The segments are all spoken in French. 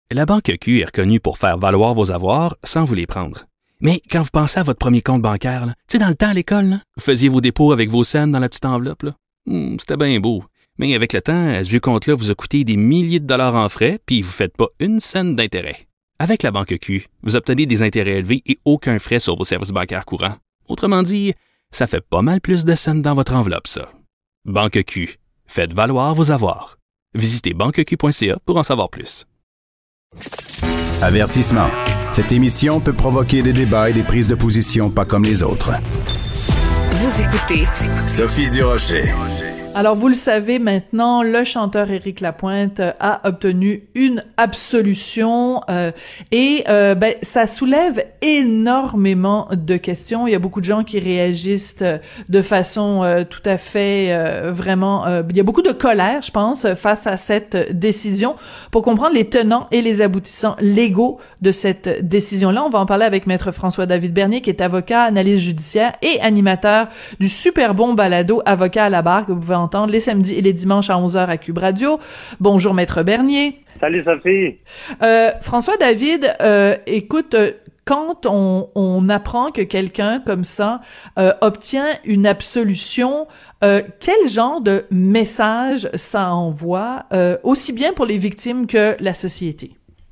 La Banque Q est reconnue pour faire valoir vos avoirs sans vous les prendre. Mais quand vous pensez à votre premier compte bancaire, tu sais, dans le temps à l'école, là, vous faisiez vos dépôts avec vos scènes dans la petite enveloppe. Là. C'était bien beau. Mais avec le temps, ce vieux compte-là vous a coûté des milliers de dollars en frais, puis vous ne faites pas une scène d'intérêt. Avec la Banque Q, vous obtenez des intérêts élevés et aucun frais sur vos services bancaires courants. Autrement dit, ça fait pas mal plus de scènes dans votre enveloppe, ça. Banque Q. Faites valoir vos avoirs. Visitez banqueq.ca pour en savoir plus. Avertissement. Cette émission peut provoquer des débats et des prises de position pas comme les autres. Vous écoutez Sophie Durocher. Alors, vous le savez maintenant, le chanteur Éric Lapointe a obtenu une absolution et ça soulève énormément de questions. Il y a beaucoup de gens qui réagissent de façon tout à fait vraiment... il y a beaucoup de colère, je pense, face à cette décision. Pour comprendre les tenants et les aboutissants légaux de cette décision-là, on va en parler avec Maître François-David Bernier, qui est avocat, analyste judiciaire et animateur du super bon balado Avocat à la barre, que vous pouvez entendre les samedis et les dimanches à 11h à Cube Radio. Bonjour, Maître Bernier. Salut, Sophie. François-David, écoute, quand on apprend que quelqu'un comme ça obtient une absolution, quel genre de message ça envoie, aussi bien pour les victimes que la société?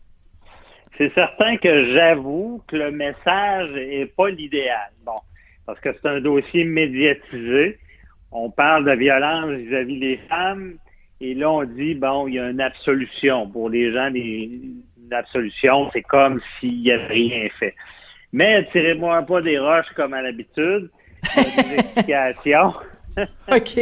C'est certain que j'avoue que le message est pas l'idéal. Bon, parce que c'est un dossier médiatisé. On parle de violence vis-à-vis des femmes, et là, on dit, bon, il y a une absolution. Pour les gens, une absolution, c'est comme s'il n'y avait rien fait. Mais tirez-moi pas des roches comme à l'habitude. Il y a des explications. OK.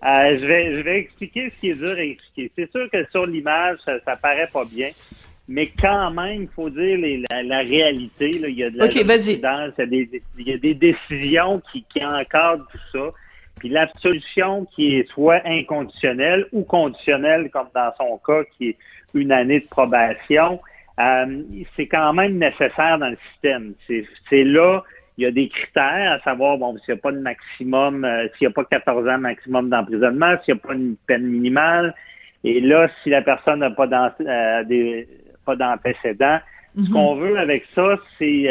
Je vais expliquer ce qui est dur à expliquer. C'est sûr que sur l'image, ça paraît pas bien. Mais quand même, il faut dire la réalité. Là, il y a de la jurisprudence, il y a des décisions qui encadrent tout ça. Puis l'absolution qui est soit inconditionnelle ou conditionnelle, comme dans son cas, qui est une année de probation, c'est quand même nécessaire dans le système. C'est là, il y a des critères, à savoir, bon, s'il n'y a pas de maximum, s'il n'y a pas 14 ans maximum d'emprisonnement, s'il n'y a pas une peine minimale, et là, si la personne n'a pas d'antécédents, ce qu'on veut avec ça, c'est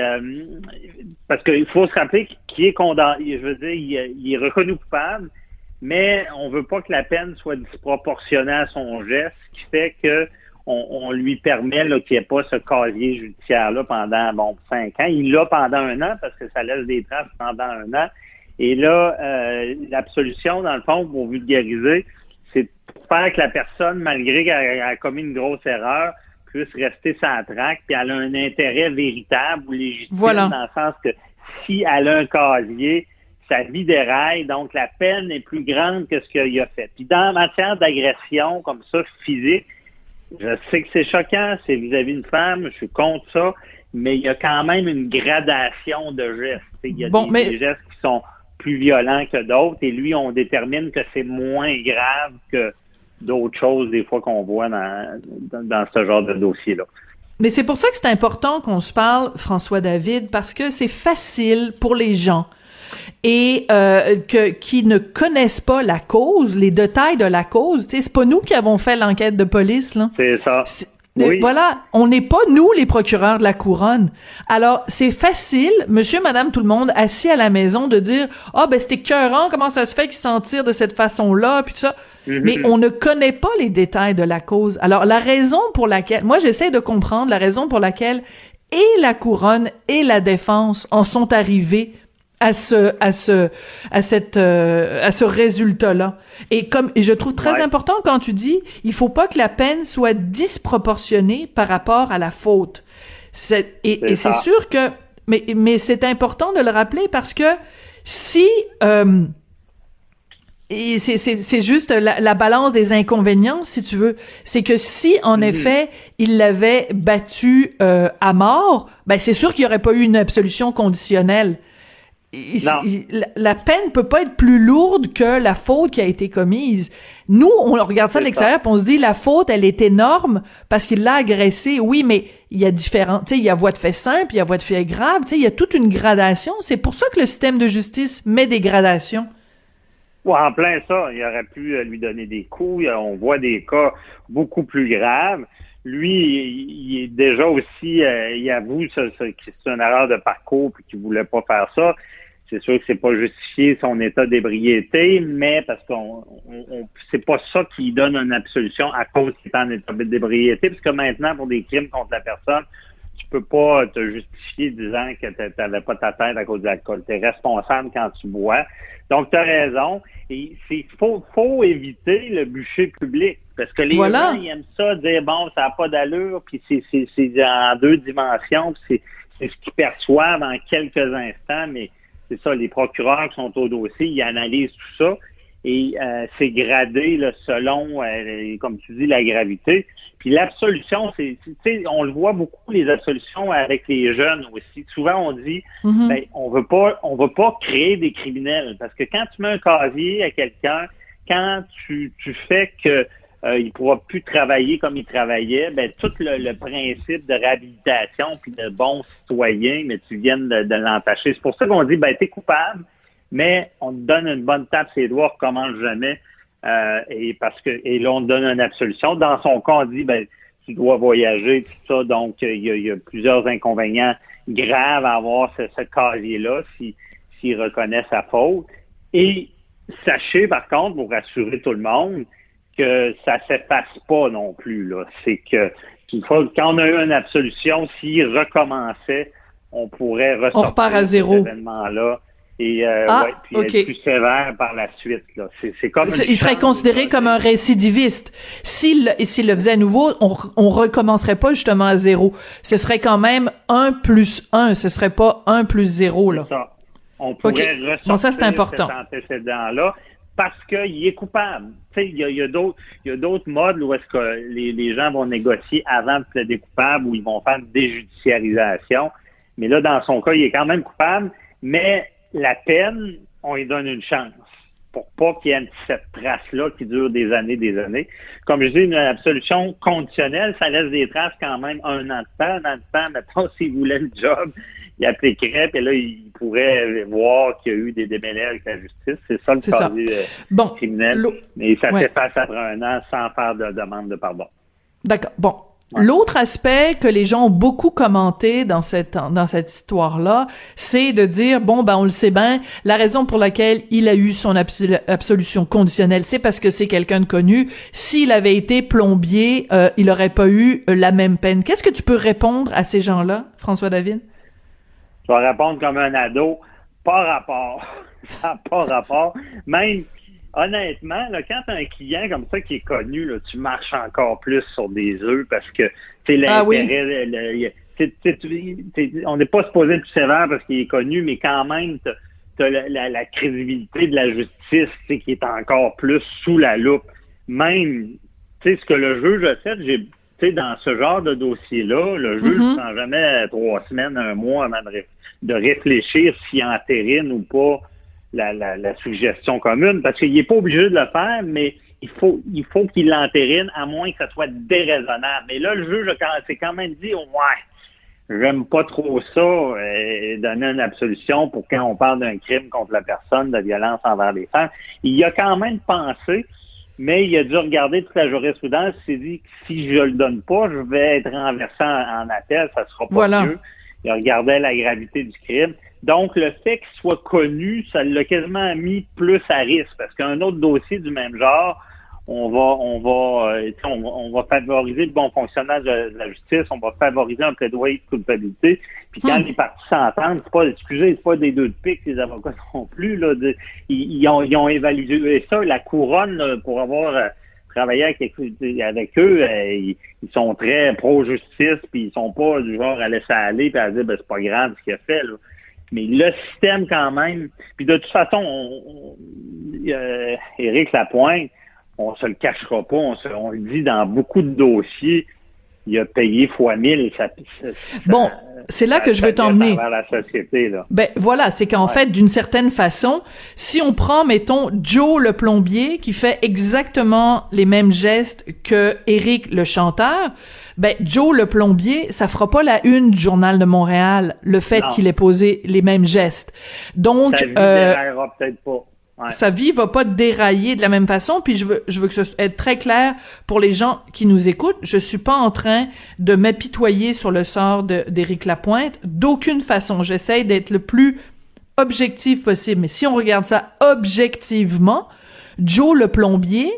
parce qu'il faut se rappeler qu'il est condamné, je veux dire, il est reconnu coupable, mais on veut pas que la peine soit disproportionnée à son geste, ce qui fait que on lui permet là, qu'il n'y ait pas ce casier judiciaire-là pendant 5 ans. Il l'a pendant 1 an parce que ça laisse des traces pendant 1 an. Et là, l'absolution, dans le fond, pour vulgariser, c'est pour faire que la personne, malgré qu'elle a commis une grosse erreur, puisse rester sans traque, puis elle a un intérêt véritable ou légitime, voilà, dans le sens que si elle a un casier, sa vie déraille, donc la peine est plus grande que ce qu'il a fait. Puis dans matière d'agression, comme ça, physique, je sais que c'est choquant, c'est vis-à-vis d'une femme, je suis contre ça, mais il y a quand même une gradation de gestes. Il y a des gestes qui sont plus violents que d'autres, et lui, on détermine que c'est moins grave que d'autres choses, des fois, qu'on voit dans ce genre de dossier-là. Mais c'est pour ça que c'est important qu'on se parle, François-David, parce que c'est facile pour les gens et qui ne connaissent pas la cause, les détails de la cause. Tu sais, c'est pas nous qui avons fait l'enquête de police, là. C'est ça. Oui. Voilà, on n'est pas, nous, les procureurs de la couronne. Alors, c'est facile, monsieur, madame, tout le monde, assis à la maison, de dire « Ah, ben, c'était écœurant, comment ça se fait qu'ils s'en tirent de cette façon-là, puis tout ça. » Mais on ne connaît pas les détails de la cause. Alors, la raison pour laquelle... Moi, j'essaie de comprendre la raison pour laquelle et la couronne et la défense en sont arrivés à ce résultat-là. Et je trouve très important quand tu dis, il faut pas que la peine soit disproportionnée par rapport à la faute. C'est sûr que, mais c'est important de le rappeler parce que si, et c'est juste la balance des inconvénients, si tu veux. C'est que si, en effet, il l'avait battu à mort, ben c'est sûr qu'il n'y aurait pas eu une absolution conditionnelle. La peine peut pas être plus lourde que la faute qui a été commise. Nous, on regarde ça de l'extérieur puis on se dit la faute, elle est énorme parce qu'il l'a agressé. Oui, mais il y a différentes, tu sais, il y a voie de fait simple, il y a voie de fait grave, tu sais, il y a toute une gradation. C'est pour ça que le système de justice met des gradations. Ouais, en plein ça, il aurait pu lui donner des coups. On voit des cas beaucoup plus graves. lui, il est déjà aussi, il avoue que c'est une erreur de parcours puis qu'il voulait pas faire ça. C'est sûr que c'est pas justifié son état d'ébriété, mais parce qu'on c'est pas ça qui donne une absolution à cause qu'il est en état d'ébriété, parce que maintenant, pour des crimes contre la personne, tu peux pas te justifier disant que t'avais pas ta tête à cause de l'alcool. T'es responsable quand tu bois. Donc, t'as raison. Et faut éviter le bûcher public. Parce que les gens, ils aiment ça, dire, bon, ça n'a pas d'allure, puis c'est en deux dimensions, puis c'est ce qu'ils perçoivent en quelques instants, mais c'est ça, les procureurs qui sont au dossier, ils analysent tout ça et c'est gradé là, selon, comme tu dis, la gravité. Puis l'absolution, on le voit beaucoup, les absolutions avec les jeunes aussi. Souvent, on dit, ben, on veut pas créer des criminels parce que quand tu mets un casier à quelqu'un, quand tu fais que il pourra plus travailler comme il travaillait, ben tout le principe de réhabilitation puis de bon citoyen, mais tu viens de l'entacher. C'est pour ça qu'on dit, ben t'es coupable, mais on te donne une bonne tape sur les doigts, recommence jamais, et là on te donne une absolution. Dans son cas, on dit, ben tu dois voyager, tout ça, donc il y a plusieurs inconvénients graves à avoir ce casier-là s'il reconnaît sa faute. Et sachez par contre, pour rassurer tout le monde, que ça s'efface pas non plus, là. C'est que quand on a eu une absolution, s'il recommençait, on pourrait ressortir à zéro. cet événement-là et puis être plus sévère par la suite, là. C'est comme il serait considéré comme un récidiviste. S'il le faisait à nouveau, on recommencerait pas justement à zéro. Ce serait quand même 1 plus 1, ce serait pas 1 plus 0, là. C'est ça. On pourrait ressortir ça, c'est important. cet antécédent-là parce qu'il est coupable. Tu sais, il y a d'autres modes où est-ce que les gens vont négocier avant de plaider coupable, où ils vont faire une déjudiciarisation. Mais là, dans son cas, il est quand même coupable, mais la peine, on lui donne une chance pour pas qu'il y ait cette trace-là qui dure des années. Comme je dis, une absolution conditionnelle, ça laisse des traces quand même un an de temps. Mettons, s'il voulait le job, il appliquerait, puis là, il pourrait voir qu'il y a eu des démêlés avec la justice. C'est ça le casier criminel. Mais ça fait face après un an sans faire de demande de pardon. D'accord. Bon. Ouais. L'autre aspect que les gens ont beaucoup commenté dans cette histoire-là, c'est de dire, bon, ben, on le sait bien, la raison pour laquelle il a eu son absolution conditionnelle, c'est parce que c'est quelqu'un de connu. S'il avait été plombier, il aurait pas eu la même peine. Qu'est-ce que tu peux répondre à ces gens-là, François David? Je vais répondre comme un ado. Pas rapport. Ça n'a pas rapport. Même, honnêtement, là, quand tu as un client comme ça qui est connu, là, tu marches encore plus sur des œufs parce que l'intérêt, on n'est pas supposé être plus sévère parce qu'il est connu, mais quand même, tu as la crédibilité de la justice qui est encore plus sous la loupe. Même, tu sais, ce que le juge a fait, dans ce genre de dossier-là, le juge ne prend jamais 3 semaines, 1 mois avant de réfléchir s'il entérine ou pas la suggestion commune, parce qu'il n'est pas obligé de le faire, mais il faut qu'il l'entérine, à moins que ça soit déraisonnable. Mais là, le juge s'est quand même dit, j'aime pas trop ça, donner une absolution pour quand on parle d'un crime contre la personne, de violence envers les femmes. Il a quand même pensé, mais il a dû regarder toute la jurisprudence. Il s'est dit que si je le donne pas, je vais être renversé en appel, ça sera pas mieux. Il regardait la gravité du crime. Donc, le fait qu'il soit connu, ça l'a quasiment mis plus à risque. Parce qu'un autre dossier du même genre, on va favoriser le bon fonctionnement de la justice, on va favoriser un plaidoyer de culpabilité. Puis quand les parties s'entendent, c'est pas des deux de pique, les avocats non plus, là. Ils ont évalué ça, la couronne, là, pour avoir travaillé avec eux, ils sont très pro-justice, puis ils sont pas du genre à laisser aller puis à dire c'est pas grave ce qu'il a fait, là. Mais le système quand même, puis de toute façon, Éric Lapointe, on se le cachera pas, on le dit dans beaucoup de dossiers, il a payé fois 1000. Bon, c'est là que je veux t'emmener. Vers la société, là. Ben voilà, c'est qu'en fait, d'une certaine façon, si on prend, mettons, Joe le plombier qui fait exactement les mêmes gestes que Éric le chanteur, ben Joe le plombier, ça fera pas la une du Journal de Montréal, le fait qu'il ait posé les mêmes gestes. Donc, ça peut-être pas. Sa vie va pas dérailler de la même façon, puis je veux que ce soit très clair pour les gens qui nous écoutent. Je suis pas en train de m'apitoyer sur le sort d'Éric Lapointe, d'aucune façon. J'essaye d'être le plus objectif possible. Mais si on regarde ça objectivement, Joe le plombier,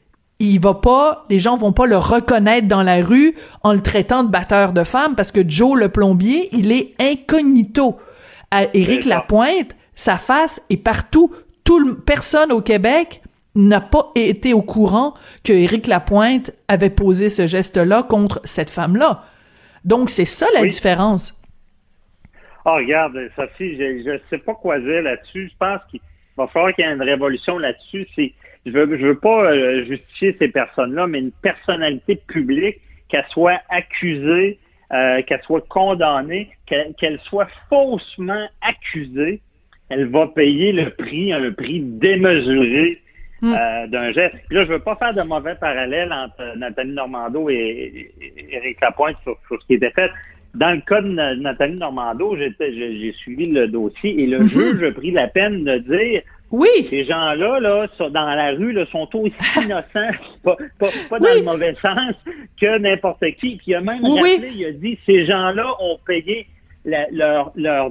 les gens vont pas le reconnaître dans la rue en le traitant de batteur de femmes parce que Joe le plombier, il est incognito. À Éric Lapointe, sa face est partout. Personne au Québec n'a pas été au courant que Éric Lapointe avait posé ce geste-là contre cette femme-là. Donc, c'est ça la différence. Regarde, Sophie, je sais pas quoi dire là-dessus. Je pense qu'il va falloir qu'il y ait une révolution là-dessus. Je veux pas justifier ces personnes-là, mais une personnalité publique, qu'elle soit accusée, qu'elle soit condamnée, qu'elle soit faussement accusée, elle va payer le prix démesuré d'un geste. Puis là, je veux pas faire de mauvais parallèle entre Nathalie Normando et Éric Lapointe sur ce qui était fait. Dans le cas de Nathalie Normando, j'ai suivi le dossier et le juge a pris la peine de dire ces gens-là, dans la rue, sont aussi innocents, pas dans le mauvais sens, que n'importe qui. Puis il a même rappelé, il a dit, ces gens-là ont payé ce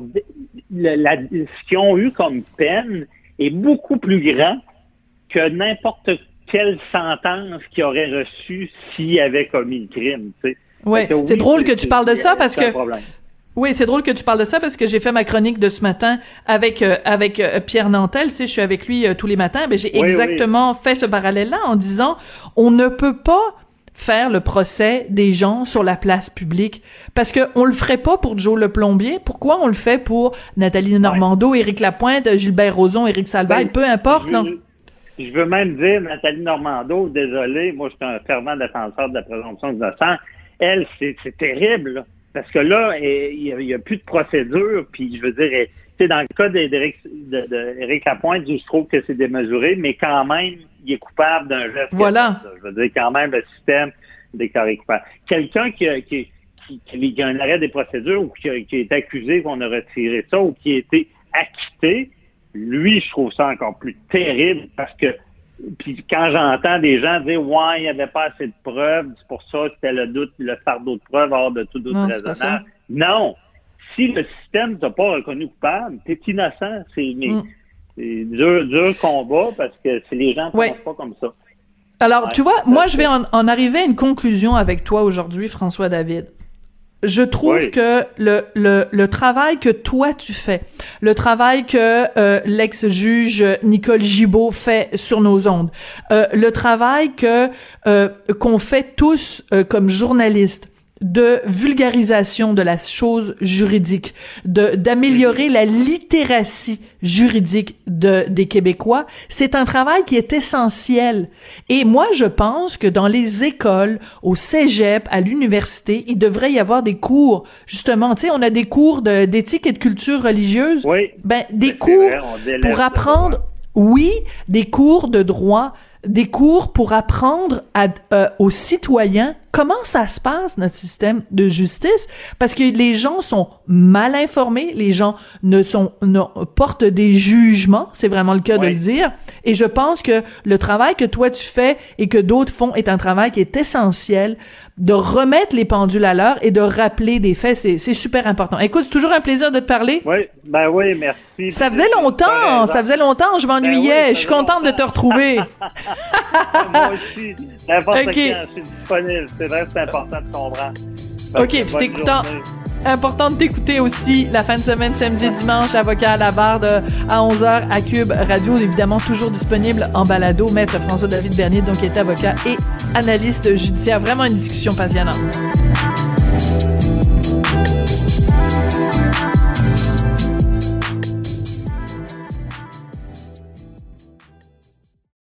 qu'ils ont eu comme peine est beaucoup plus grand que n'importe quelle sentence qu'ils auraient reçue s'ils avaient commis le crime, tu sais. Ouais, c'est drôle que tu parles de ça parce que c'est drôle que tu parles de ça parce que j'ai fait ma chronique de ce matin avec Pierre Nantel, tu sais, je suis avec lui tous les matins, ben j'ai exactement fait ce parallèle-là en disant on ne peut pas faire le procès des gens sur la place publique parce que on le ferait pas pour Joe le plombier, pourquoi on le fait pour Nathalie Normando, Éric Lapointe, Gilbert Rozon, Éric Salvaille, peu importe là. Je veux même dire Nathalie Normando, désolé, moi je suis un fervent défenseur de la présomption d'innocence. Elle, c'est terrible, là, parce que là, il y a plus de procédure, puis je veux dire, tu sais, dans le cas d'Éric Lapointe, je trouve que c'est démesuré, mais quand même, il est coupable d'un geste. Voilà. Je veux dire, quand même, le système déclaré coupable. Quelqu'un qui a un arrêt des procédures ou qui a été accusé qu'on a retiré ça ou qui a été acquitté, lui, je trouve ça encore plus terrible parce que puis quand j'entends des gens dire il n'y avait pas assez de preuves, c'est pour ça que c'était le fardeau de preuves hors de tout doute raisonnable. Non! Si le système t'a pas reconnu coupable, t'es innocent. C'est dur combat parce que si les gens ne pensent pas comme ça. Alors, tu vois, moi, je vais en arriver à une conclusion avec toi aujourd'hui, François David. Je trouve que le travail que toi tu fais, le travail que l'ex-juge Nicole Gibault fait sur nos ondes, le travail qu'on fait tous comme journalistes de vulgarisation de la chose juridique, d'améliorer la littératie juridique des Québécois, c'est un travail qui est essentiel. Et moi, je pense que dans les écoles, au cégep, à l'université, il devrait y avoir des cours, justement, tu sais, on a des cours d'éthique et de culture religieuse, des cours pour apprendre, des cours de droit, des cours pour apprendre aux citoyens comment ça se passe, notre système de justice, parce que les gens sont mal informés, les gens portent des jugements, c'est vraiment le cas de le dire, et je pense que le travail que toi tu fais et que d'autres font est un travail qui est essentiel, de remettre les pendules à l'heure et de rappeler des faits, c'est super important. Écoute, c'est toujours un plaisir de te parler. Oui, merci. Ça faisait longtemps, je m'ennuyais, je suis contente de te retrouver. Moi aussi, n'importe quand, je suis disponible. C'est vrai que c'est important de comprendre. OK, puis c'est important de t'écouter aussi la fin de semaine, samedi et dimanche, Avocat à la barre à 11h à Cube Radio, évidemment toujours disponible en balado. Maître François-David Bernier, donc, est avocat et analyste judiciaire. Vraiment une discussion passionnante.